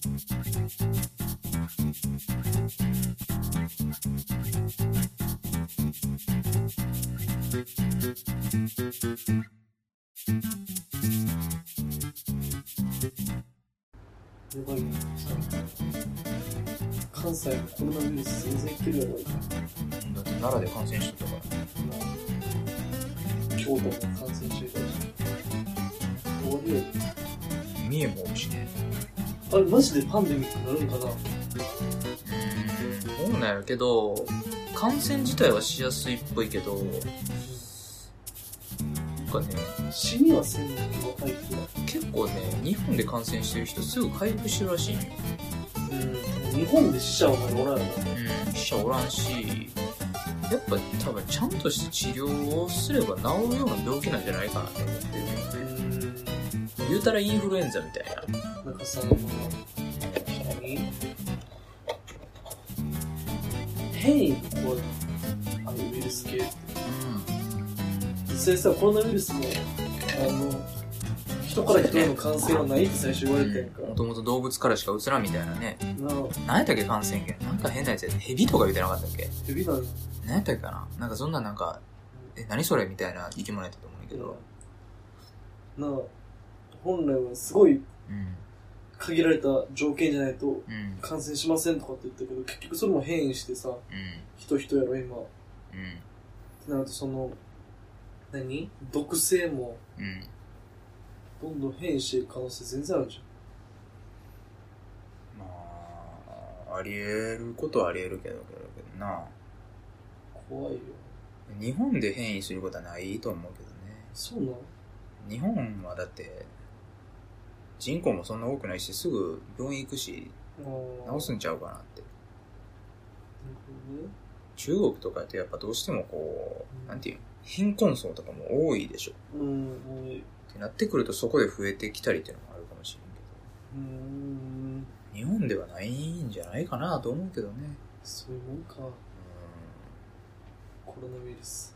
やばいね。関西のコロナウイルス全然いけるやろ。 だって奈良で感染しとったから。 京都も感染してるからし。終わりやで。 三重も多いしね。 あれマジでパンデミックになるんかな。 そうなんやけど、感染自体はしやすいっぽいけど、なんかね、 死にはせんの若い人は。 結構ね、日本で感染してる人すぐ回復してるらしいんよ。 日本で死者はまだおらんやろ。 死者おらんし、やっぱ多分ちゃんとした治療をすれば治るような病気なんじゃないかなと思ってる。言うたらインフルエンザみたいな。 なんかさ、変異とこう、ウイルス系って。実際さ、コロナウイルスも、人から人への感染はないって最初言われてんか。 もともと動物からしか移らんみたいなね。何やったっけ感染源。なんか変なやつやで。ヘビとか言ってなかったっけ。 ヘビだね。 何やったっけかな。なんかそんななんか、何それみたいな生き物やったと思うんだけど。 本来はすごい、限られた条件じゃないと、感染しませんとかって言ったけど、結局それも変異してさ、人やろ今。ってなるとその、毒性も、どんどん変異していく可能性全然あるじゃん。まあ、あり得ることはあり得るけどな。 怖いよ。 日本で変異することはないと思うけどね。 そうなの？ 日本はだって人口もそんな多くないし、すぐ病院行くし治すんちゃうかなって。中国とかってやっぱどうしてもこう、なんていうの、貧困層とかも多いでしょ。多い。ってなってくるとそこで増えてきたりっていうのもあるかもしれんけど。日本ではないんじゃないかなと思うけどね。 そういうもんか。コロナウイルス。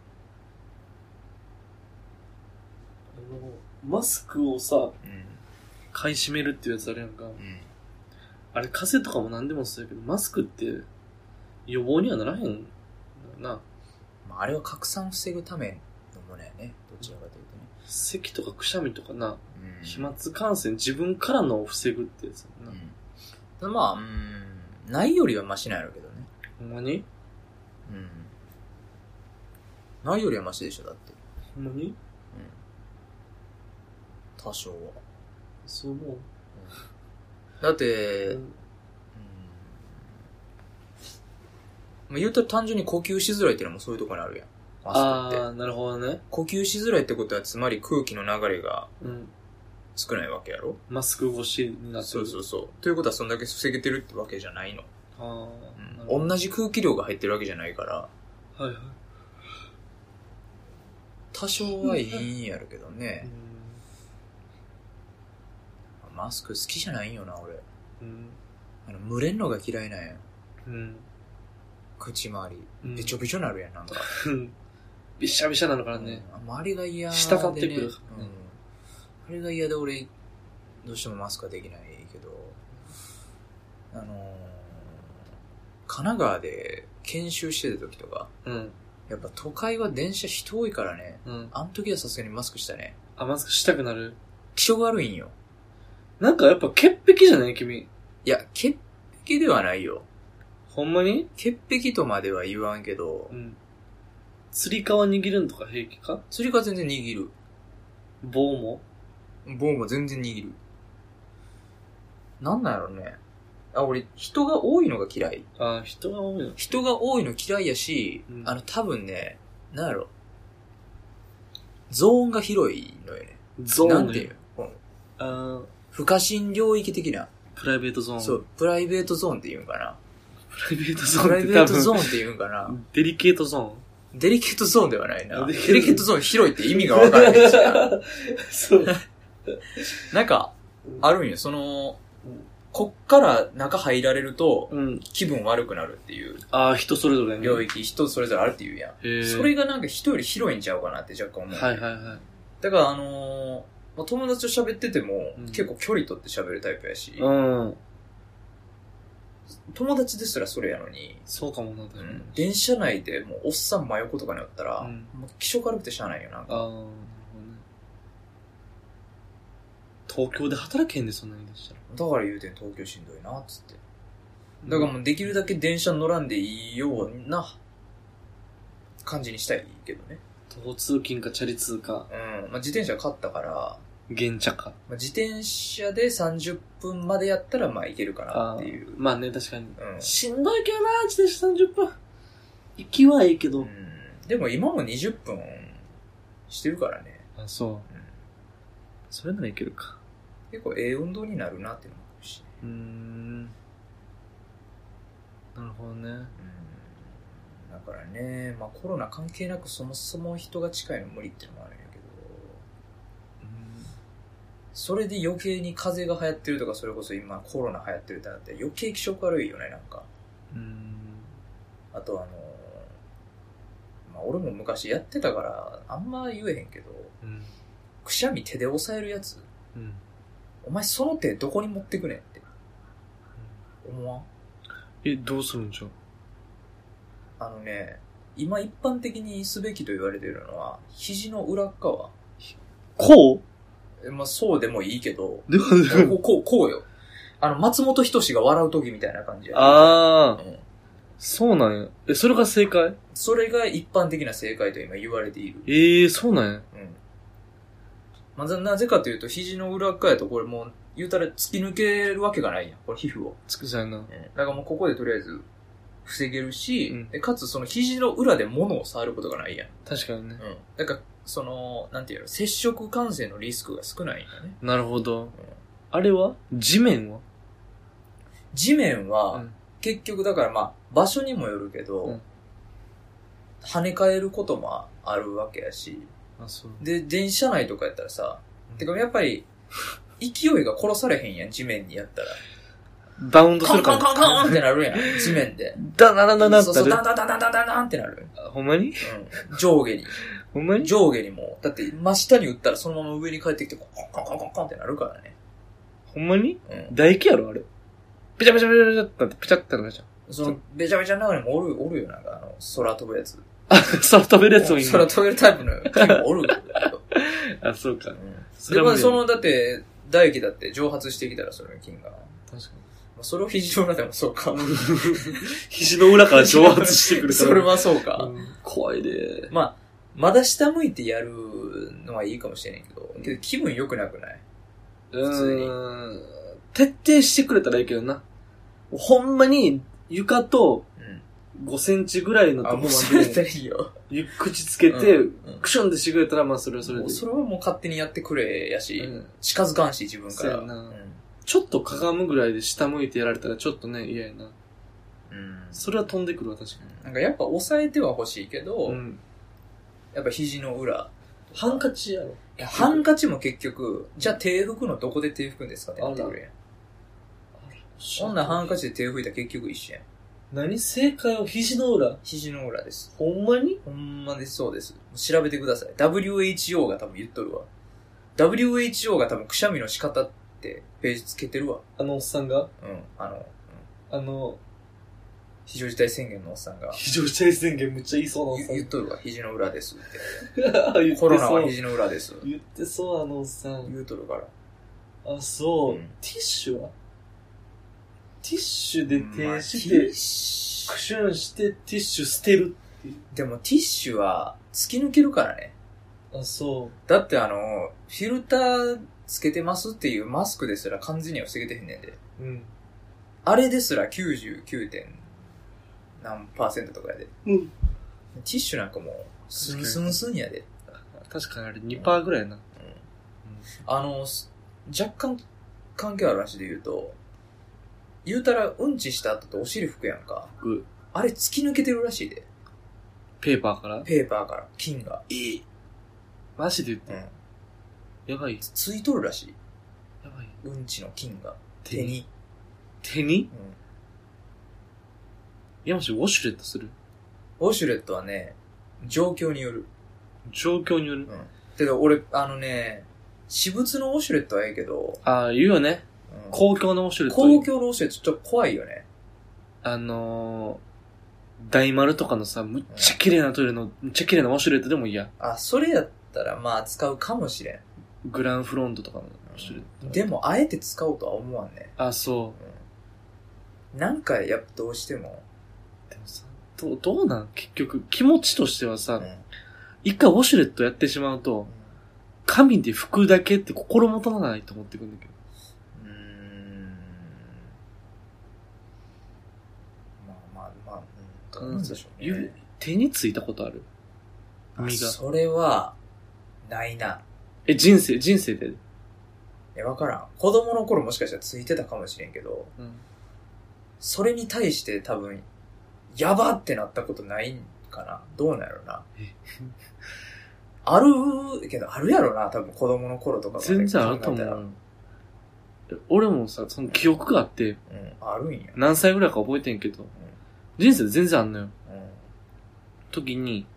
マスクをさ、買い占めるっていうやつあるやんか。あれ風邪とかも何でもそうやけど、マスクって予防にはならへんのよな。 まあ、あれは拡散を防ぐためのものやね。どちらかというとね。 咳とかくしゃみとかな、飛沫感染自分からのを防ぐってやつやな。 まあ、ないよりはマシなんやろうけどね。 ほんまに？ ないよりはマシでしょ、だって。 ほんまに？ 多少は。 そう思う。 だって、まあ、言うと単純に呼吸しづらいっていうのもそういうところにあるやん。マスクって。 ああ、なるほどね。 呼吸しづらいってことはつまり空気の流れが少ないわけやろ。 マスク越しになってる。 そう。ということはそんだけ防げてるってわけじゃないの。同じ空気量が入ってるわけじゃないから。多少はいいんやるけどね。マスク好きじゃないんよな、俺。蒸れんのが嫌いなんや。口周り。べちょべちょなるやん、なんか。 びしゃびしゃなのからね。 周りが嫌で、ね。 滴ってくる。 あれが嫌で俺、どうしてもマスクはできないけど、神奈川で研修してた時とか、やっぱ都会は電車人多いからね、あの時はさすがにマスクしたね。 マスクしたくなる？ 気色悪いんよ。 なんかやっぱ潔癖じゃない君？ いや、潔癖ではないよ。 ほんまに？ 潔癖とまでは言わんけど、 釣り革握るんとか平気か？ 釣り革全然握る。 棒も全然握る。なんなんやろね。俺、人が多いのが嫌い。 人が多いの？ 人が多いの嫌いやし、多分ね、なんやろ。ゾーンが広いのよね。 ゾーンなんていうの？不可侵領域的な。 プライベートゾーン。 そう、プライベートゾーンって言うんかな。 プライベートゾーンってプライベートゾーンって言うんかな。 デリケートゾーン？ デリケートゾーンではないな。デリケートゾーン広いって意味がわからないしな。 そう。 なんか、あるんよ。こっから中入られると、気分悪くなるっていう。 人それぞれね。 領域、人それぞれあるっていうやん。それがなんか人より広いんちゃうかなって若干思う。だからまあ、友達と喋ってても、結構距離取って喋るタイプやし、友達ですらそれやのに、 そうかもな、 電車内でもうおっさん真横とかにおったら、もう気色悪くてしゃあないよな。 東京で働けへんで、そんなにでしたら。だから言うてん、東京しんどいな、つって。だからもうできるだけ電車乗らんでいいような感じにしたいけどね。 徒歩通勤かチャリ通か。 まあ、自転車買ったから、 原茶か。 まあ、自転車で30分までやったらまあいけるかなっていう。 まあね、確かに。しんどいけどな、自転車30分。行きはいいけど。 でも今も20分してるからね。 あ、そう。それならいけるか。 結構運動になるなっていうのもあるし、 ね。なるほどね。 だからね、まあコロナ関係なくそもそも人が近いの無理っていうのもあるんやけど、それで余計に風邪が流行ってるとか、それこそ今コロナ流行ってるってなって余計気色悪いよね、なんか。あとまあ俺も昔やってたからあんま言えへんけど、くしゃみ手で押さえるやつ、お前その手どこに持ってくねんって思わん？ どうするんじゃ？ 今一般的にすべきと言われているのは肘の裏側。 こう？まあそうでもいいけど、こうよ。松本人志が笑う時みたいな感じや。 そうなんや。それが正解？ それが一般的な正解と今言われている。 そうなんや。 まあ、なぜかというと、肘の裏側やとこれもう、言うたら突き抜けるわけがないやん。これ皮膚を。 つくじゃんな。 だからもうここでとりあえず、防げるし、かつその肘の裏で物を触ることがないやん。 確かにね。 だから、なんていうの、接触感染のリスクが少ないんだね。 なるほど。あれは？地面は？ 地面は、結局だからまあ、場所にもよるけど、跳ね返ることもあるわけやし、で、電車内とかやったらさ、てかやっぱり、勢いが殺されへんやん、地面にやったら。 バウンドするかも。カンカンカンカンってなるやん、地面で。 ダンダンダンダンダンってなる。 そう、ダンダンダンダンダンダンってなる。 ほんまに？ 上下に。 ほんまに？ 上下にも。だって、真下に打ったらそのまま上に帰ってきて、コンコンコンコンコンってなるからね。 ほんまに？唾液やろ、あれ。ペチャペチャペチャペチャってなって、ペチャってなるじゃん。 その、ベチャベチャの中にもおるよ、なんか空飛ぶやつ。 空飛べるやつもいいんだ。 空飛べるタイプの菌もおるけど。 そうか。 で、まあだって、唾液だって蒸発してきたらその菌が。確かに。それを肘の裏でもそうか。 肘の裏から蒸発してくるから。 それはそうか。 怖いで。 まだ下向いてやるのはいいかもしれないけど、気分良くなくない？普通に。 徹底してくれたらいいけどな。ほんまに床と5センチぐらいのとこまで口つけて、クシュンってしてくれたら、まあそれはそれで。 それはもう勝手にやってくれやし、近づかんし自分から。 ちょっとかがむぐらいで下向いてやられたらちょっとね、嫌やな。それは飛んでくるわ、確かに。 なんかやっぱ抑えては欲しいけど、やっぱ肘の裏。 ハンカチやろ。 いや、ハンカチも結局、じゃあ手拭くのどこで手拭くんですかって言ってくれやん。そんなハンカチで手拭いたら結局一緒やん。 何？正解は肘の裏？ 肘の裏です。 ほんまに？ ほんまです、そうです。調べてください。WHO が多分言っとるわ。WHO が多分くしゃみの仕方ってページつけてるわ。 おっさんが？ 非常事態宣言のおっさんが。 非常事態宣言めっちゃ言いそうなおっさん。 言っとるわ、肘の裏ですって。コロナは肘の裏です。 言ってそう、おっさん。 言うとるから。 あ、そう。ティッシュは？ティッシュで手して、クシュンしてティッシュ捨てるっていう。 でもティッシュは突き抜けるからね。 あ、そう。 だってフィルターつけてますっていうマスクですら完全には防げてへんねんで。あれですら 99. 何%とかやで。ティッシュなんかもう、スンスンスンやで。 確かにあれ 2% ぐらいやな。 若干関係ある話で言うと、言うたらうんちした後ってお尻拭くやんか。あれ突き抜けてるらしいで。 ペーパーから？ ペーパーから、菌が。 マジで言って。やばい。 ついとるらしい。 やばい。 うんちの菌が。手に。 手に？山下ウォシュレットする？ ウォシュレットはね、状況による。 状況による？ てか俺、 私物のウォシュレットはええけど。 ああ、言うよね。うん、公共のウォシュレット。 公共のウォシュレットちょっと怖いよね。 大丸とかのさ、むっちゃ綺麗なトイレの、むっちゃ綺麗なウォシュレットでも嫌。 あ、それやったらまあ使うかもしれん。 グランフロントとかのウォシュレット。 でも、あえて使おうとは思わんね。 あ、そう。 なんか、やっぱどうしても。 でもさ、どうなん結局、気持ちとしてはさ、一回ウォシュレットやってしまうと、神で拭くだけって心もとらないと思ってくるんだけど。 なんでしょうね。 手についたことある？ 身が。それは、ないな。 人生で。 わからん。子供の頃もしかしたらついてたかもしれんけど、それに対して多分、やばってなったことないんかな。どうなんやろな。あるけど、あるやろな、多分子供の頃とか、 ね、全然あると思う。俺もさ、その記憶があって、 あるんや。 何歳ぐらいか覚えてんけど、人生で全然あんのよ。時に、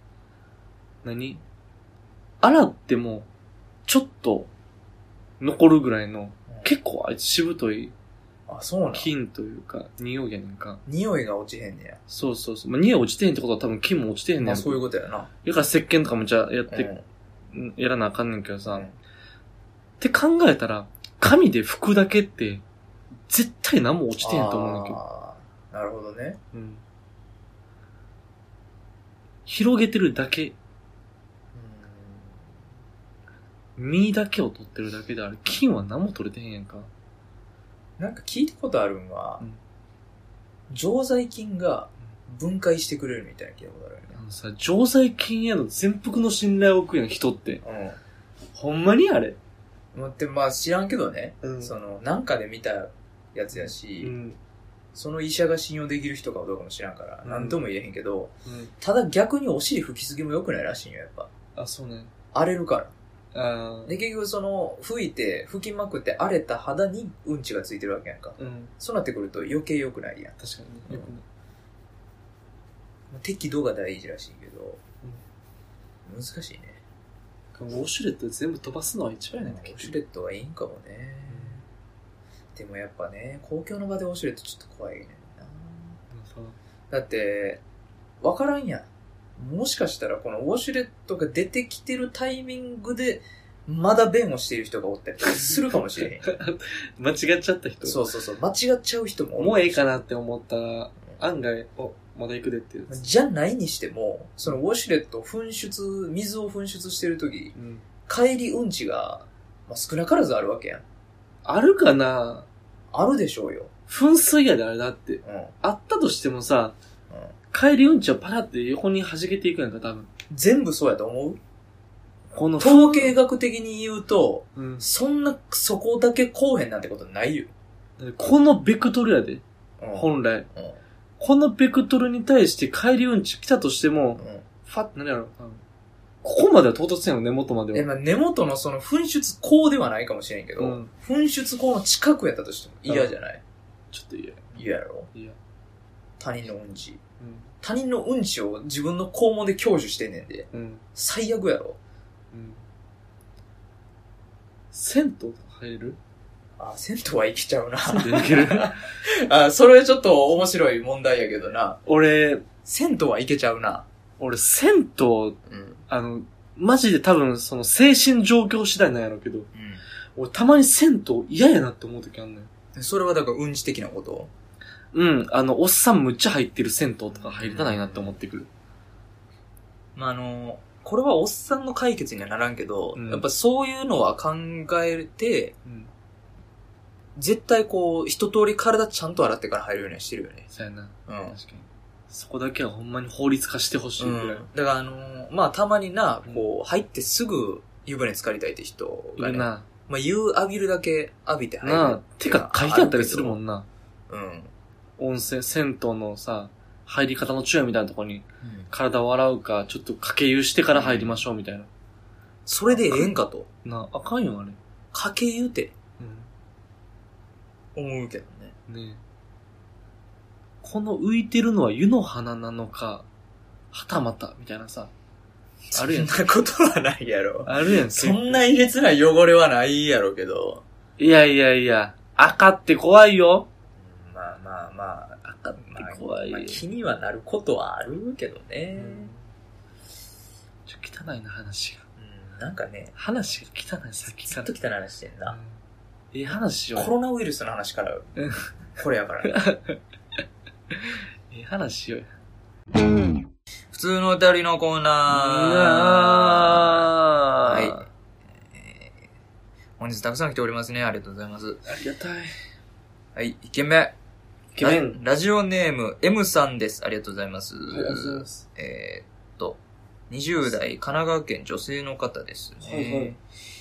洗っても、ちょっと、残るぐらいの、結構あいつしぶとい、菌というか、匂いやねんか。 匂いが落ちへんねや。 そう。まあ、匂い落ちてへんってことは多分菌も落ちてへんねん。まあそういうことやな。 だから石鹸とかもじゃあやらなあかんねんけどさ。って考えたら、紙で拭くだけって、絶対何も落ちてへんと思うんだけど。 なるほどね。 広げてるだけ。身だけを取ってるだけである。菌は何も取れてへんやんか。 なんか聞いたことあるんは、常在菌が分解してくれるみたいな聞いたことあるよね。 さ、常在菌への全幅の信頼を置くやん、人って。ほんまにあれ？ 待って、まあ知らんけどね。なんかで見たやつやし、その医者が信用できる人かどうかも知らんから、なんとも言えへんけど、ただ逆にお尻拭きすぎも良くないらしいんよ、やっぱ。 あ、そうね。 荒れるから。で、結局拭きまくって荒れた肌にうんちがついてるわけやんか。そうなってくると余計良くないやん。 確かにね。 適度が大事らしいけど、難しいね。 ウォシュレット全部飛ばすのは一番やね。 ウォシュレットはいいんかもね。でもやっぱね、公共の場でウォシュレットちょっと怖いねんな。だって、わからんやん。もしかしたらこのウォシュレットが出てきてるタイミングでまだ便をしている人がおったりするかもしれへん。 間違っちゃった人。 そう。間違っちゃう人もおる。 もうええかなって思ったら、案外、まだ行くでっていう。 じゃないにしても、そのウォシュレット水を噴出してるとき、帰りうんちが、少なからずあるわけやん。 あるかな？ あるでしょうよ。 噴水やであれだって。あったとしてもさ、帰りうんちをパラって横に弾けていくやんか、多分。 全部そうやと思う？この統計学的に言うと、そこだけこうへんなんてことないよ。 このベクトルやで。本来。このベクトルに対して帰りうんち来たとしても、ファッて何やろ、ここまでは到達せんよ、根元までは。 根元のその噴出口ではないかもしれんけど、噴出口の近くやったとしても嫌じゃない？ ちょっと嫌。 嫌やろ？嫌。他人のうんち。他人のうんちを自分の肛門で享受してんねんで。最悪やろ？ 銭湯とか入れる？ 銭湯はいけちゃうな。 銭湯いける？ それはちょっと面白い問題やけどな。銭湯はいけちゃうな。 俺、銭湯、マジで多分、精神状況次第なんやろうけど、俺、たまに銭湯嫌やなって思う時あんねん。 それはだからうんち的なこと？ おっさんむっちゃ入ってる銭湯とか入りたないなって思ってくる。 これはおっさんの解決にはならんけど、やっぱそういうのは考えて、絶対一通り体ちゃんと洗ってから入るようにはしてるよね。 そうやな。確かに。そこだけはほんまに法律化してほしいぐらい。 だからたまにな、入ってすぐ湯船浸かりたいって人がね。湯浴びるだけ浴びて入る。 てか書いてあったりするもんな。温泉、銭湯のさ、入り方の注意みたいなところに、体を洗うか、ちょっとかけ湯してから入りましょうみたいな。 それでええんかと。 あかんよ、あれ。 かけ湯って。思うけどね。 ねえ。この浮いてるのは湯の花なのか、はたまた、みたいなさ。 あるやん。 そんなことはないやろ。 あるやん。 そんなえげつない汚れはないやろけど。 いやいやいや、赤って怖いよ。 まあまあまあ、 赤って怖い。 まあ、気にはなることはあるけどね。 汚いな、話が。 なんかね。 話が汚い、さっきから。 ずっと汚い話してんな。 いい話よ。 コロナウイルスの話から、これやから。 いい話よ。 普通のお便りのコーナー。はい。本日たくさん来ておりますね。ありがとうございます。 ありがたい。 はい、1件目。 イケメン。 ラジオネーム M さんです。ありがとうございます。 ありがとうございます。 20代神奈川県女性の方ですね。はいはい。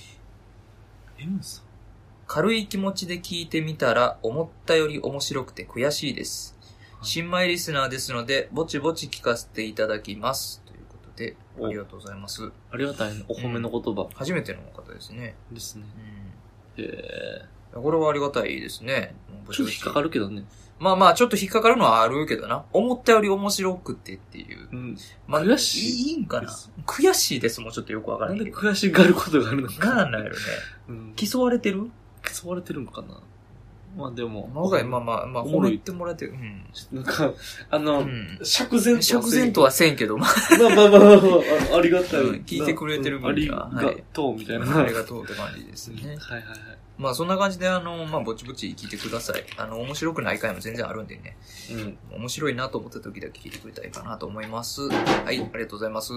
M さん。 軽い気持ちで聞いてみたら思ったより面白くて悔しいです。新米リスナーですので、ぼちぼち聞かせていただきます。ということで、ありがとうございます。 ありがたいね。お褒めの言葉。 初めての方ですね。 ですね。へえ。 これはありがたいですね。 ちょっと引っかかるけどね。 まあまあ、ちょっと引っかかるのはあるけどな。思ったより面白くてっていう。まあ、 悔しい。 いいんかな。悔しいですもん、ちょっとよくわからない。 なんで悔しがることがあるのか。 なんなんやろね。競われてる競われてるのかな。まあでも。 まあ褒めてもらってる。 なんか、釈然とはせんけど、 まあ、ありがたい。 聞いてくれてる分には。 ありがとうみたいな。 ありがとうって感じですね。 はいはいはい。 まあそんな感じでまあぼちぼち聞いてください。面白くない回も全然あるんでね。面白いなと思った時だけ聞いてくれたらいいかなと思います。はい、ありがとうございます。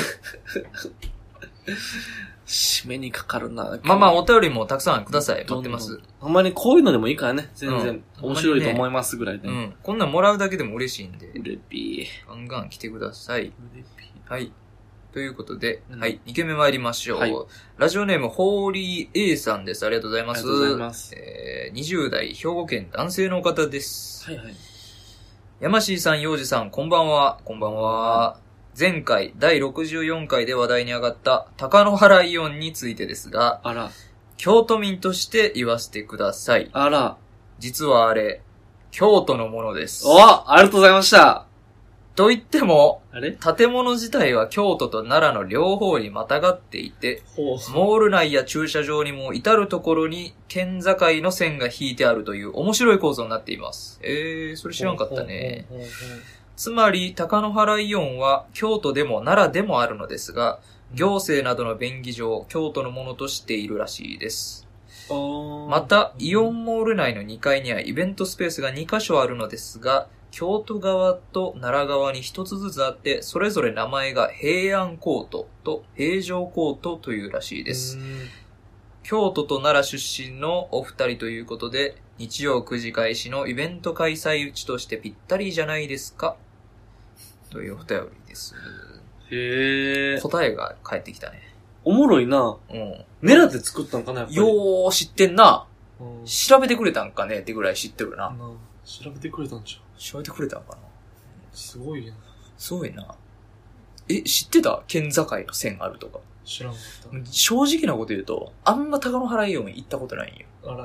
締めにかかるな。 まあまあお便りもたくさんください。待ってます。 ほんまにこういうのでもいいからね。全然。面白いと思いますぐらいで。 こんなんもらうだけでも嬉しいんで。 うれぴー。ガンガン来てください。うれぴー。はい。ということで、はい、2件目参りましょう。はい、ラジオネーム、ホーリー A さんです。ありがとうございます。 ありがとうございます。 20代、兵庫県男性の方です。 はいはい。 山椎さん、洋二さん、こんばんは。こんばんは。前回、第64回で話題に上がった高野原イオンについてですが、 あら。 京都民として言わせてください。 あら。 実はあれ、京都のものです。 ありがとうございました。 と言っても、 建物自体は京都と奈良の両方にまたがっていて、モール内や駐車場にも至るところに県境の線が引いてあるという面白い構造になっています。それ知らんかったね。つまり、高野原イオンは京都でも奈良でもあるのですが、行政などの便宜上、京都のものとしているらしいです。また、イオンモール内の2階にはイベントスペースが2カ所あるのですが、京都側と奈良側に一つずつあって、それぞれ名前が平安コートと平城コートというらしいです。京都と奈良出身のお二人ということで、日曜9時開始のイベント開催地としてぴったりじゃないですかというお便りです。 へー。 答えが返ってきたね。 おもろいな。狙って作ったんかな、やっぱり。 よー知ってんな。調べてくれたんかねってぐらい知ってるな。 調べてくれたんじゃん。 調べてくれたのかな。 すごいやん。 すごいな。知ってた県境の線あるとか。 知らんかった。 正直なこと言うと、あんま高野原イオン行ったことないんよ。 あら。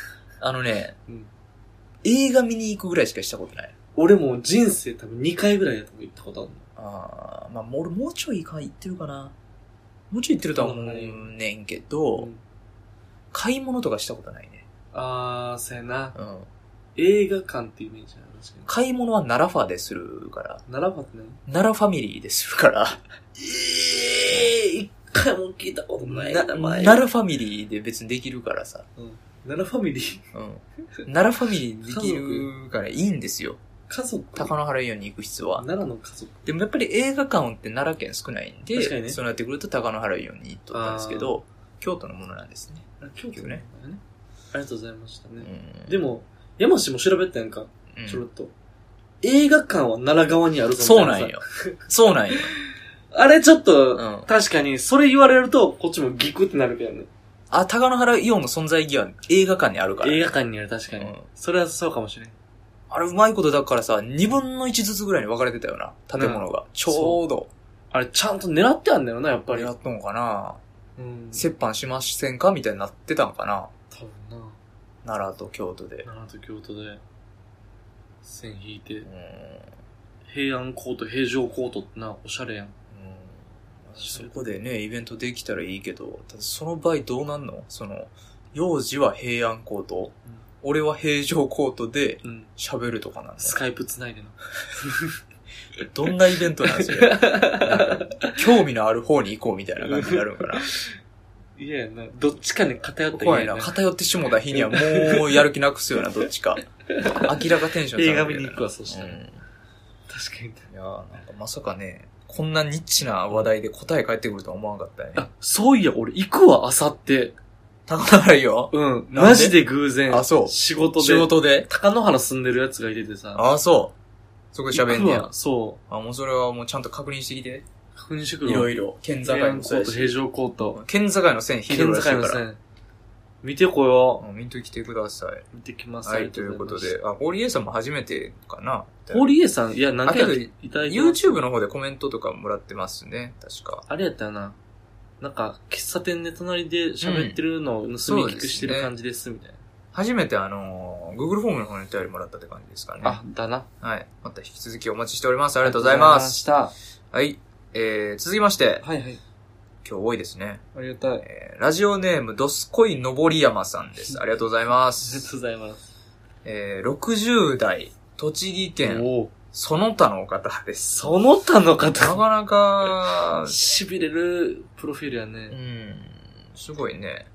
映画見に行くぐらいしかしたことない。 俺も人生多分2回ぐらいやと行ったことあるの。まあ、俺もうちょい行ってるかな。もうちょい行ってるとは思うねんけど、買い物とかしたことないね。 そうやな。映画館ってイメージある。 買い物は奈良ファでするから。 奈良ファって何？ 奈良ファミリーでするから。 一回も聞いたことない名前。 奈良ファミリーで別にできるからさ。 奈良ファミリー？ 奈良ファミリーできるからいいんですよ。 家族？ 高野原イオンに行く必要は。 奈良の家族？ でもやっぱり映画館って奈良県少ないんで、 確かにね、 そうなってくると高野原イオンに行っとったんですけど、京都のものなんですね。 京都ね。ありがとうございましたね。でも、山氏も調べたやんか。ちょろっと。映画館は奈良側にあるぞ。 そうなんよ。そうなんよ。 あれちょっと、確かに、それ言われると、こっちもギクってなるけどね。 高野原イオンの存在意義は映画館にあるから、 映画館にある、確かに。それはそうかもしれん。 あれうまいことだからさ、2分の1ずつぐらいに分かれてたよな、建物が。ちょうど。 あれちゃんと狙ってあんだよな、やっぱり。 狙っとんかな。折半しませんかみたいになってたんかな。 多分な。 奈良と京都で。 奈良と京都で。線引いて。平安コート、平城コートってな、おしゃれやん。 そこでね、イベントできたらいいけど、ただその場合どうなんの？幼児は平安コート、俺は平常コートで喋るとかなんだ。 スカイプ繋いでの。 どんなイベントなんですよ。興味のある方に行こうみたいな感じになるんかな。 いやな、どっちかに偏ったら怖いな。偏ってしもた日にはもうやる気なくすよな、どっちか。明らかテンション下がる。 映画見に行くわ、そしたら。確かに。 いやなんかまさかね、こんなニッチな話題で答え返ってくるとは思わなかったね。 あ、そういや、俺行くわ、あさって。 高野原いいよ。 うん。マジで偶然。 あ、そう。 仕事で。高野原住んでるやつがいててさ。 あ、そう。そこで喋んねや。 そう。 あ、もうそれはもうちゃんと確認してきて。 確認してくるいろいろ。県境の線。 平常コート。 県境の線引いてるらしいから。県境の線。 見てこよう。見てきてください。 見てきます。 はい、ということで。あ、堀江さんも初めてかな。 堀江さん、いや、何回かいただいて YouTube の方でコメントとかもらってますね。確か。 あれやったよな。なんか、喫茶店で隣で喋ってるのを盗み聞くしてる感じです、みたいな。 初めてGoogle フォームの方にお便りもらったって感じですかね。 あ、だな。 はい。また引き続きお待ちしております。ありがとうございます。 はい。 続きまして。 はいはい。 今日多いですね。 ありがたい。 ラジオネーム、どすこいのぼり山さんです。ありがとうございます。 ありがとうございます。 60代、栃木県、その他の方です。 その他の方なかなか、 痺れるプロフィールやね。 すごいね。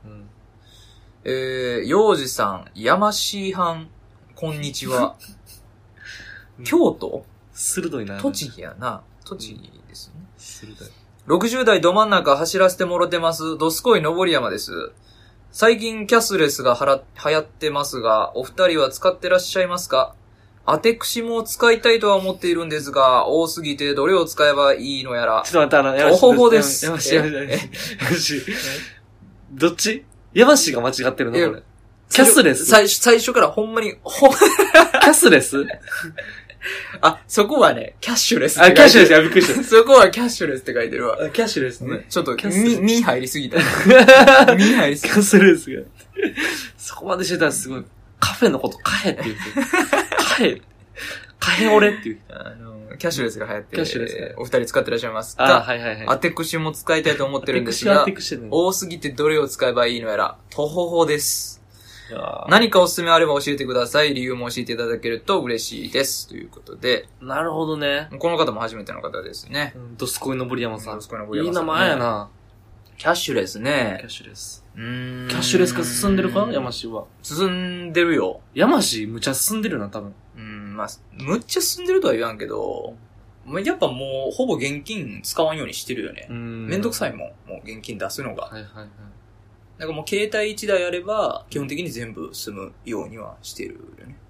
幼児さん、山師藩、こんにちは。京都？ 鋭いな。 栃木やな。栃木ですね。 鋭い。 60代ど真ん中走らせてもろてます。どすこいのぼり山です。最近キャスレスが流行ってますが、お二人は使ってらっしゃいますか？アテクシも使いたいとは思っているんですが、多すぎてどれを使えばいいのやら。 ちょっと待って、 山氏です。 山氏。どっち？山氏が間違ってるのこれ。キャスレス最初からほんまに、 キャスレスあ、そこはね、キャッシュレス。 あ、キャッシュレス、びっくりした。 そこはキャッシュレスって書いてるわ。 キャッシュレスね。 ちょっと、ミ入りすぎた。ミ入りすぎた。 キャスレスが。そこまでしてたらすごい。カフェのことカヘって言って。カヘオレって言う。 キャッシュレスが流行って、 キャッシュレス。 お二人使ってらっしゃいますか？ はいはいはい。 アテクシも使いたいと思ってるんですが、多すぎてどれを使えばいいのやら、とほほです。何かおすすめあれば教えてください。理由も教えていただけると嬉しいです。ということで。 なるほどね。 この方も初めての方ですね。 どすこいのぼり山さん。 どすこいのぼり山さん。 いい名前やな。 キャッシュレスね。 キャッシュレス。 キャッシュレス化進んでるか山氏は。 進んでるよ。 山氏むちゃ進んでるな、多分。 まあ、むっちゃ進んでるとは言わんけど、やっぱもう、ほぼ現金使わんようにしてるよね。めんどくさいもん。もう現金出すのが。 はいはいはい。 なんかもう携帯1台あれば、基本的に全部済むようにはしてるよね。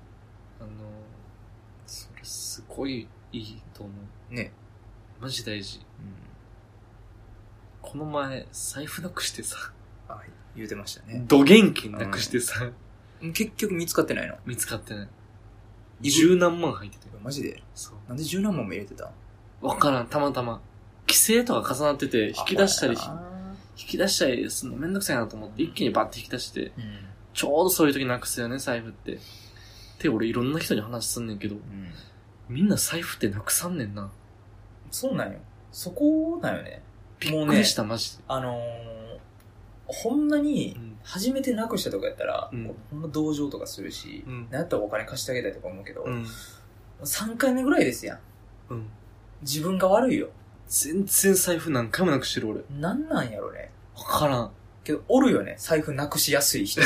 それすごいいいと思う。 ね。 マジ大事。この前、財布なくしてさ。 はい。言うてましたね。 ど現金なくしてさ。 結局見つかってないの？ 見つかってない。十何万入ってたよ。 マジで？ そう。 なんで十何万も入れてた？ わからん、たまたま。規制とか重なってて、引き出したりするのめんどくさいなと思って、一気にバッて引き出して、ちょうどそういう時なくすよね、財布って。って俺いろんな人に話すんねんけど、みんな財布ってなくさんねんな。 そうなんよ。そこだよね。 びっくりした、マジで。 ほんまに、初めてなくしたとかやったら、ほんま同情とかするし、なんやったらお金貸してあげたいとか思うけど、3回目ぐらいですやん。自分が悪いよ。 全然財布何回もなくしてる俺。 なんなんやろね。 わからん。 けど、おるよね。財布なくしやすい人って。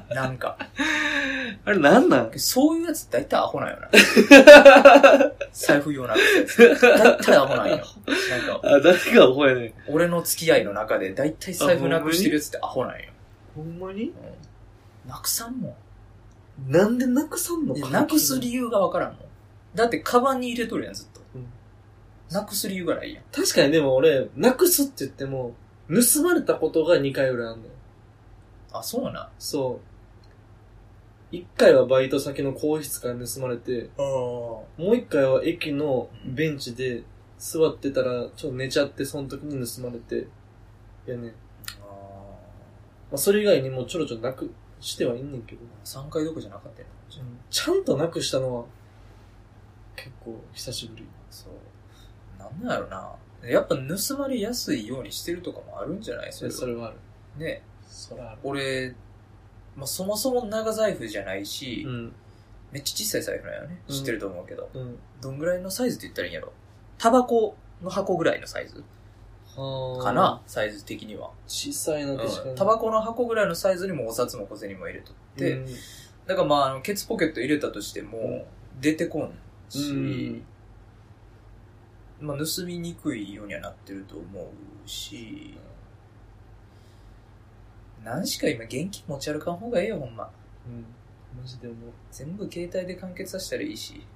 なんか。 あれなんなん？ そういうやつ大体アホなんよな。財布用なくすやつ。大体アホなんよ。なんか。 誰がアホやねん。 俺の付き合いの中で大体財布なくしてるやつってアホなんよ。 ほんまに？ なくさんもん。なんでなくさんのかなくす理由がわからんもん。だって、カバンに入れとるやん、ずっと。なくす理由がないやん。 確かにでも俺、なくすって言っても、盗まれたことが2回ぐらいあるのよ。 あ、そうな。 そう。1回はバイト先の更衣室から盗まれて、もう1回は駅のベンチで座ってたら、ちょっと寝ちゃって、その時に盗まれて、いやね。まあ、それ以外にもちょろちょろなくしてはいんねんけど。 3回どこじゃなかったよ。 ちゃんとなくしたのは、結構久しぶり。 そう。なんだろうな。 やっぱ盗まれやすいようにしてるとかもあるんじゃない？ それはある。 ね。 それはある。 俺、まあ、そもそも長財布じゃないし、 うん、 めっちゃ小さい財布なんよね。知ってると思うけど。 うん、 どんぐらいのサイズって言ったらいいんやろ？タバコの箱ぐらいのサイズかな、サイズ的には。 小さいな、確かに。 タバコの箱ぐらいのサイズにもお札も小銭も入れとって、だからまあ、ケツポケット入れたとしても、出てこんし、まあ、盗みにくいようにはなってると思うし、何しか今現金持ち歩かん方がええよ、ほんま。 マジで思う。 全部携帯で完結させたらいいし。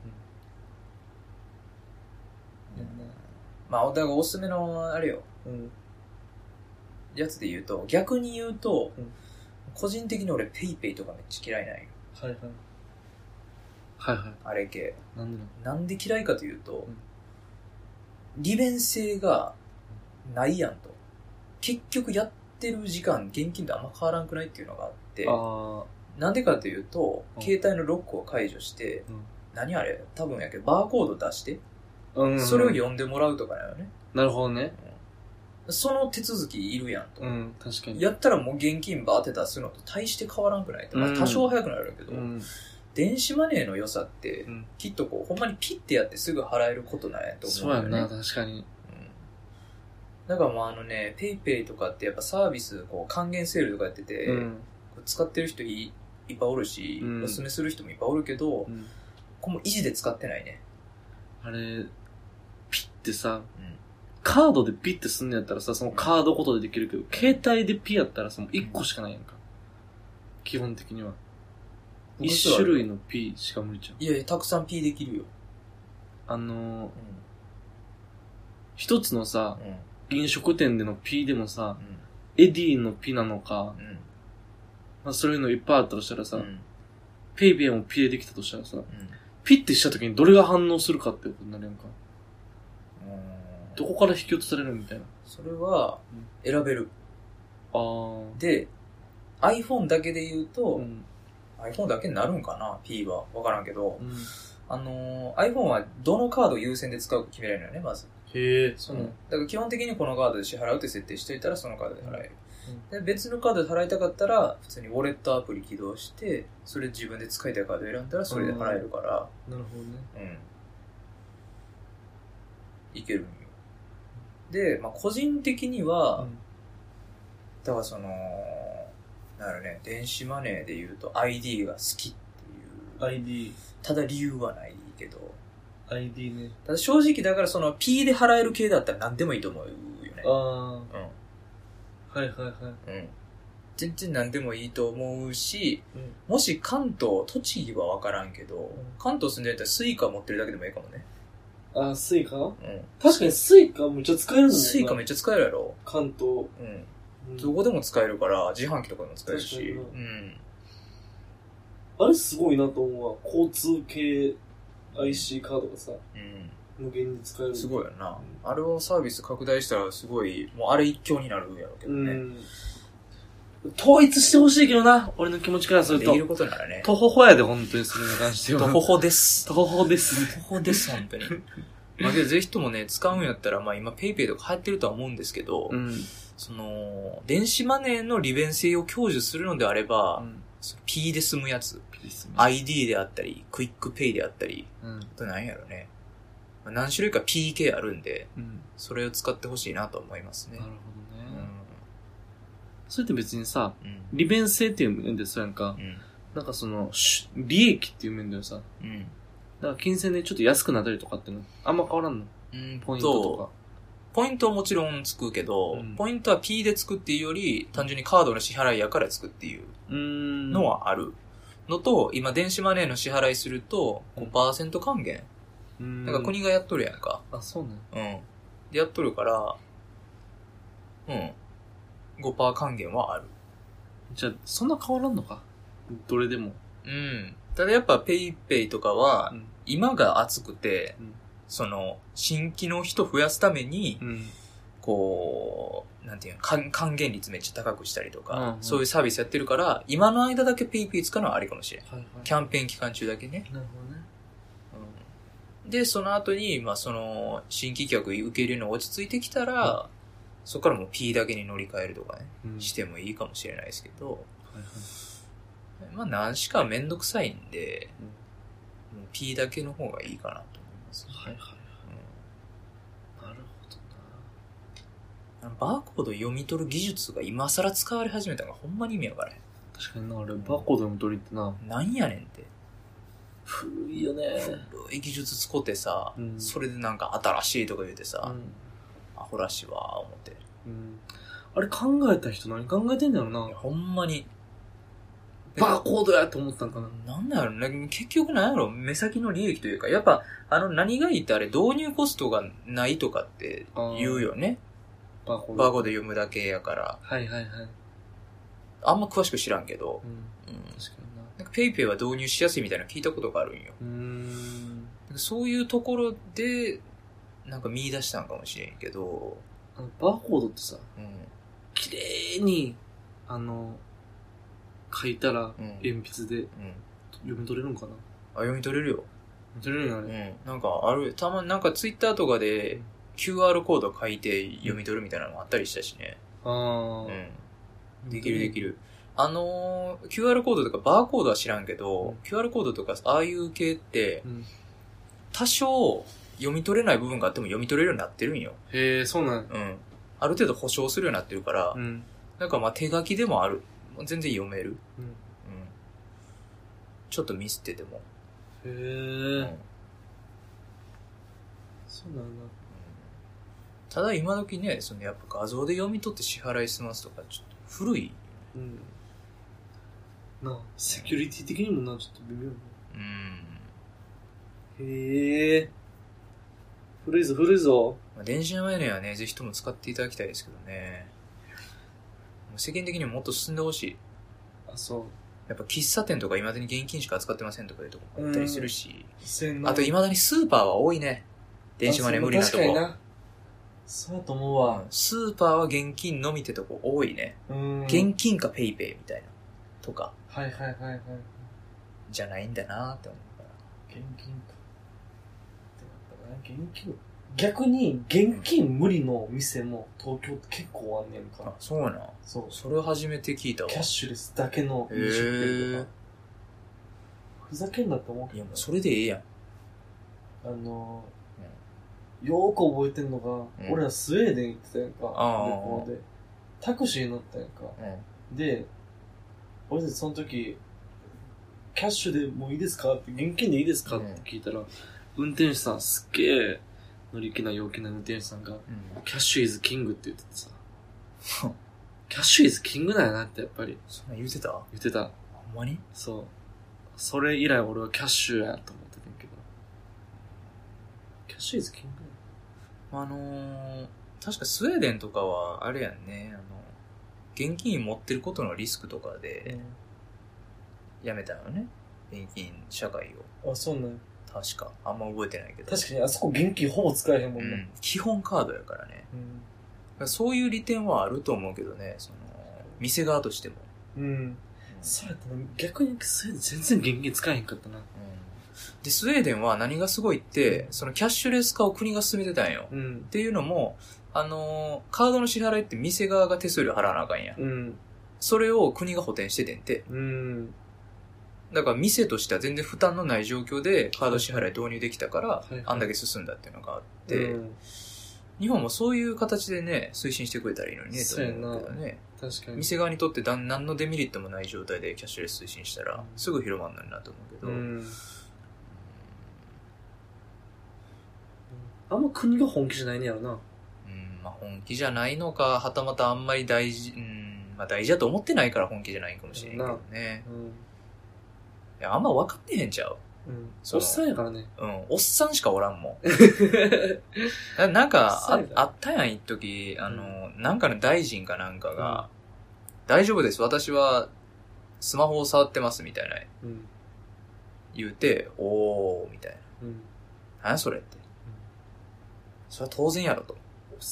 まあ、だからおすすめの、あれよ。やつで言うと、逆に言うと、個人的に俺、ペイペイとかめっちゃ嫌いなんよ。 はいはい。はいはい。 あれ系。 なんで嫌いかというと、利便性がないやんと。結局やってる時間、現金とあんま変わらんくないっていうのがあって、なんでかというと、携帯のロックを解除して、何あれ多分やけど、バーコード出して、それを読んでもらうとかだよね。 なるほどね。 その手続きいるやんと。 確かに。 やったらもう現金バーって出すのと大して変わらんくないと。まあ多少早くなるけど、電子マネーの良さって、きっとこう、ほんまにピッてやってすぐ払えることなんやと思うんだよね。 そうやな、確かに。 だからもうペイペイとかってやっぱサービス、こう、還元セールとかやってて、使ってる人いっぱいおるし、おすすめする人もいっぱいおるけど、これも維持で使ってないね。 あれ、ピッてさ、カードでピッてすんのやったらさ、そのカードごとでできるけど、携帯でピやったらさ、もう1個しかないやんか。基本的には。1種類の P しか無理じゃん。 いやいや、たくさん P できるよ。 一つのさ、飲食店での P でもさ、エディの P なのか、まあそういうのいっぱいあったとしたらさ、ペイペイも P でできたとしたらさ、ピッてした時にどれが反応するかってことになるやんか。どこから引き落とされるみたいな。 それは、選べる。で、iPhone だけで言うと、iPhone だけになるんかな ?P は。わからんけど、iPhone はどのカードを優先で使うか決められるのよね、まず。 へぇ、 だから基本的にこのカードで支払うって設定しといたらそのカードで払える。で別のカードで払いたかったら、普通にウォレットアプリ起動して、それ自分で使いたいカードを選んだらそれで払えるから。 なるほどね。 いけるんよ。で、まあ個人的には、だからなんやろね、電子マネーで言うと ID が好きっていう。 ID。 ただ理由はないけど。 ID ね。 ただ正直だからP で払える系だったら何でもいいと思うよね。 はいはいはい。 全然何でもいいと思うし、もし関東、栃木は分からんけど、関東住んでたらスイカ持ってるだけでもいいかもね。 スイカ？確かにスイカめっちゃ使えるんだよね。 スイカめっちゃ使えるやろ？ 関東。 どこでも使えるから、自販機とかでも使えるし。 あれすごいなと思うわ。交通系 IC カードがさ、無限に使える。 すごいよな。あれをサービス拡大したらすごい、もうあれ一強になるやろうけどね。 統一してほしいけどな、俺の気持ちからすると。 できることならね。 とほほやで、本当にそれに関しては。 とほほです。 とほほですね。 とほほです、本当に。まあけどぜひともね、使うんやったら、まあ今ペイペイとか流行ってるとは思うんですけど、電子マネーの利便性を享受するのであれば、P で済むやつ。ID であったり、クイックペイであったり、あと何やろね。何種類か P 系あるんで、それを使ってほしいなと思いますね。 なるほどね。それって別にさ、利便性っていう面でそうやんか、なんか利益っていう面ではさ、だから金銭でちょっと安くなったりとかってのあんま変わらんの？ポイントとか。 ポイントはもちろんつくけど、ポイントは P でつくっていうより、単純にカードの支払いやからつくっていうのはある。のと、今電子マネーの支払いすると 5% 還元。なんか国がやっとるやんか。 あ、そうね。 でやっとるから、5% 還元はある。 じゃあ、そんな変わらんのか？どれでも。 ただやっぱペイペイとかは、今が熱くて、新規の人増やすために、こう、なんていうの、還元率めっちゃ高くしたりとか、そういうサービスやってるから、今の間だけペイペイ使うのはありかもしれん。キャンペーン期間中だけね。 なるほどね。 で、その後に、まあ、その、新規客受け入れるの落ち着いてきたら、そこからもう P だけに乗り換えるとかね、してもいいかもしれないですけど、まあ、何しかめんどくさいんで、もう P だけの方がいいかなと思います、ね。はいはい。 なるほどな。バーコード読み取る技術が今更使われ始めたのがほんまに意味わからへん。 確かにな、あれ、バーコード読み取りってな。 なんやねんって。 古いよね。 古い技術使ってさ、それでなんか新しいとか言うてさ、アホらしいわ思って。 あれ考えた人何考えてんだろうな。 ほんまに。 バーコードやと思ったんかな。 なんだろうね。結局なんやろ、目先の利益というか、やっぱ、何がいいってあれ、導入コストがないとかって言うよね。バーコード読むだけやから。 はいはいはい。 あんま詳しく知らんけど。確かにな。なんかペイペイは導入しやすいみたいなの聞いたことがあるんよ。そういうところで、なんか見出したんかもしれんけど。 バーコードってさ、綺麗に、書いたら、鉛筆で、読み取れるのかな。 読み取れるよ。 読み取れるよね。 なんかある、たまになんかツイッターとかで、QR コード書いて読み取るみたいなのもあったりしたしね。できるできる。QR コードとかバーコードは知らんけど、QR コードとかああいう系って、多少読み取れない部分があっても読み取れるようになってるんよ。 へえ、そうなん。 ある程度保証するようになってるから、なんかまあ手書きでもある。全然読める。ちょっとミスってても。 へえ。そうなんだ。 ただ今時ね、やっぱ画像で読み取って支払い済ますとか、ちょっと古い。 セキュリティ的にもちょっと微妙。へえ。古いぞ古いぞ。 電子マネーはね、ぜひとも使っていただきたいですけどね。世間的にももっと進んでほしい。 あ、そう。 やっぱ喫茶店とか未だに現金しか扱ってませんとかいうとこもあったりするし。あと未だにスーパーは多いね。電子マネー無理なとこ。確かにな。 そうだと思うわ。 スーパーは現金のみってとこ多いね。現金かペイペイみたいな。とか。 はいはいはいはい。 じゃないんだなって思うから。 現金か。現金。逆に現金無理の店も東京って結構あんねんか。 あ、そうな。そう。それを初めて聞いたわ。 キャッシュレスだけの飲食店とか。ふざけんなって思うけど。 いやもうそれでええやん。 よーく覚えてんのが、俺らスウェーデン行ってたやんか。旅行で。タクシー乗ったやんか。で、俺たちその時、キャッシュでもういいですかって、現金でいいですかって聞いたら、運転手さんすっげえ乗り気な陽気な運転手さんが、キャッシュイズキングって言っててさ。キャッシュイズキングだよなってやっぱり。 そんな言ってた？ 言ってた。 ほんまに？ そう。それ以来俺はキャッシュやと思ってたんけど。キャッシュイズキング？ 確かスウェーデンとかは、あれやんね、現金持ってることのリスクとかで、やめたのね。現金社会を。あ、そうなんや。 確か。あんま覚えてないけど。 確かにあそこ現金ほぼ使えへんもんね。 基本カードやからね。そういう利点はあると思うけどね、店側としても。そうやったな。逆にスウェーデン全然現金使えへんかったな。 で、スウェーデンは何がすごいって、キャッシュレス化を国が進めてたんよ。っていうのも、カードの支払いって店側が手数料払わなあかんや。それを国が補填しててんて。だから店としては全然負担のない状況でカード支払い導入できたから、あんだけ進んだっていうのがあって、日本もそういう形でね、推進してくれたらいいのにね、と思うけどね。確かに。店側にとって何のデメリットもない状態でキャッシュレス推進したら、すぐ広まるのになと思うけど、 あんま国が本気じゃないねやろな。 まあ本気じゃないのか、はたまたあんまり大事だと思ってないから本気じゃないかもしれんけどね。いや、あんま分かってへんちゃう。 おっさんやからね。 おっさんしかおらんもん。なんか、あったやん、一時なんかの大臣かなんかが、大丈夫です、私はスマホを触ってますみたいな。言うて、おー、みたいな。何それって。それは当然やろと。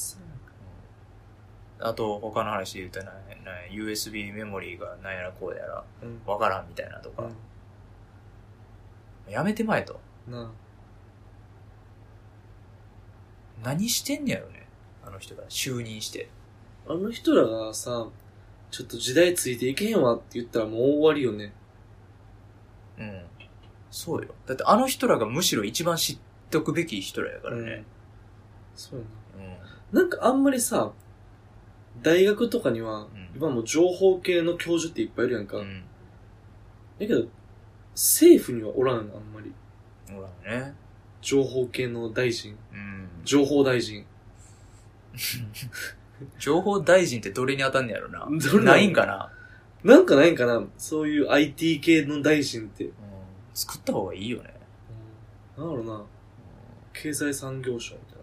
あと、他の話で言うとUSB メモリーが何やらこうやら、わからんみたいなとか。やめてまえと。 何してんねやろね。あの人が就任して。 あの人らがさ、ちょっと時代ついていけへんわって言ったらもう終わりよね。 うん。そうよ。だってあの人らがむしろ一番知っておくべき人らやからね。うん、 そうやな。なんかあんまりさ、大学とかには、今も情報系の教授っていっぱいいるやんか。だけど、政府にはおらんの、あんまり。 おらんね。 情報系の大臣。情報大臣。 情報大臣ってどれに当たんねやろな。ないんかな。 なんかないんかな、そういう IT 系の大臣って。 作った方がいいよね。 なんだろうな。経済産業省みたい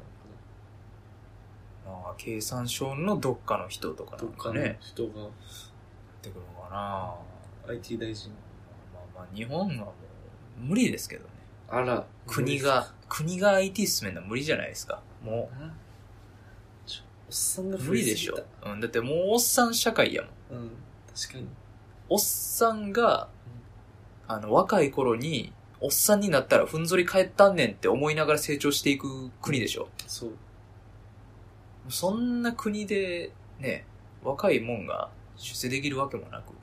な。経産省のどっかの人とかなんかね。どっかの人が。 出てくるのかな。 IT 大臣。 まあ日本はもう無理ですけどね。 あら。 国が IT 進めるのは無理じゃないですか。もう。 おっさんが無理でしょ。うん。だってもうおっさん社会やもん。 うん。確かに。 おっさんが、若い頃に、おっさんになったらふんぞり返ったんねんって思いながら成長していく国でしょ。 そう。 そんな国で、ね、若いもんが出世できるわけもなく。うん。確か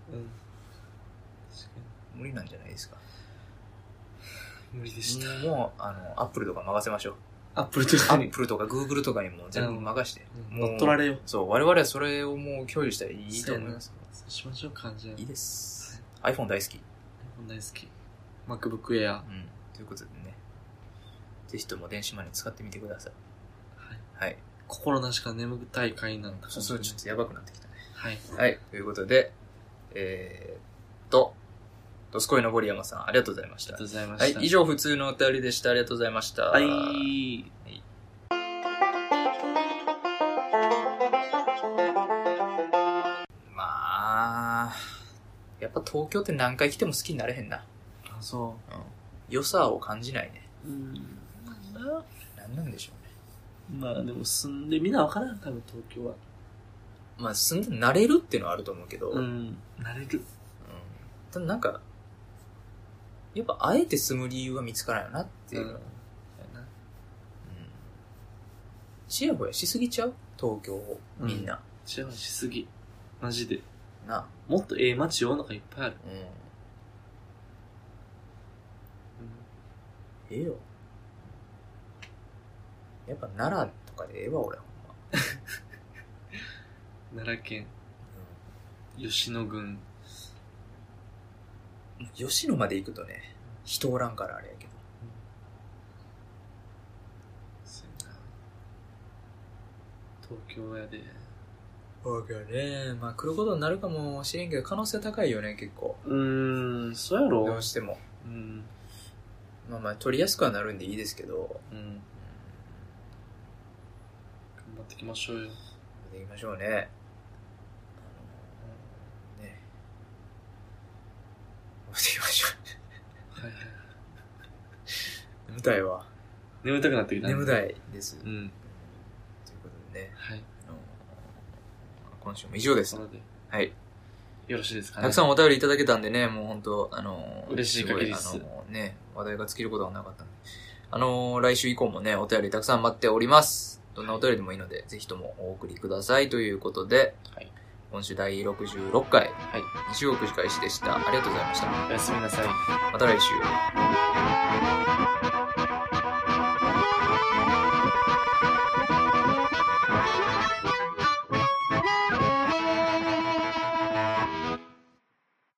に。無理なんじゃないですか。 無理でした。 もう、アップルとか任せましょう。 アップルとかに。アップルとかグーグルとかにも全部任して。 もう乗っ取られよ。 そう、我々はそれをもう共有したらいいと思います。 そうしましょうか、じゃあ。 いいです。iPhone 大好き。 iPhone 大好き。MacBook Air。 うん。ということでね。ぜひとも電子マネー使ってみてください。 はい。はい。心なしか眠たい回なんだ。 そう、ちょっとやばくなってきたね。 はい。 はい。ということで、ドスコイのボリヤマさん、ありがとうございました。 ありがとうございました。 はい。以上、普通のお便りでした。ありがとうございました。 はい。 まあ、やっぱ東京って何回来ても好きになれへんな。 あ、そう。 うん。良さを感じないね。なんなんでしょうね。まあでも住んでみなわからん、多分東京は。 まあ住んで慣れるっていうのはあると思うけど。 うん。慣れる。 ただなんか、やっぱあえて住む理由は見つからんよなっていう。ちやほやしすぎちゃう東京を、みんな。 ちやほやしすぎ。マジで。 な。 もっとええ街世の中いっぱいある。 ええよ。やっぱ奈良とかでええわ、俺ほんま。 奈良県。吉野郡。 吉野まで行くとね、人おらんからあれやけど。 そうやな。東京やで。 そうかね。まあ来ることになるかもしれんけど、可能性高いよね、結構。 そうやろ。 どうしても。まあまあ、取りやすくはなるんでいいですけど。頑張っていきましょうよ。頑張っていきましょうね。ね。頑張っていきましょう。はいはい。眠たいわ。 眠たくなってきた。 眠たいです。 ということでね。 はい。 今週も以上です。はい。 よろしいですかね。 たくさんお便りいただけたんでね、もう本当嬉しい限りです。 ね、話題が尽きることはなかったんで。来週以降もね、お便りたくさん待っております。どんなお便りでもいいので、ぜひともお送りくださいということで、はい、今週第66回、はい、西国寺開始でした。ありがとうございました。 おやすみなさい。 また来週。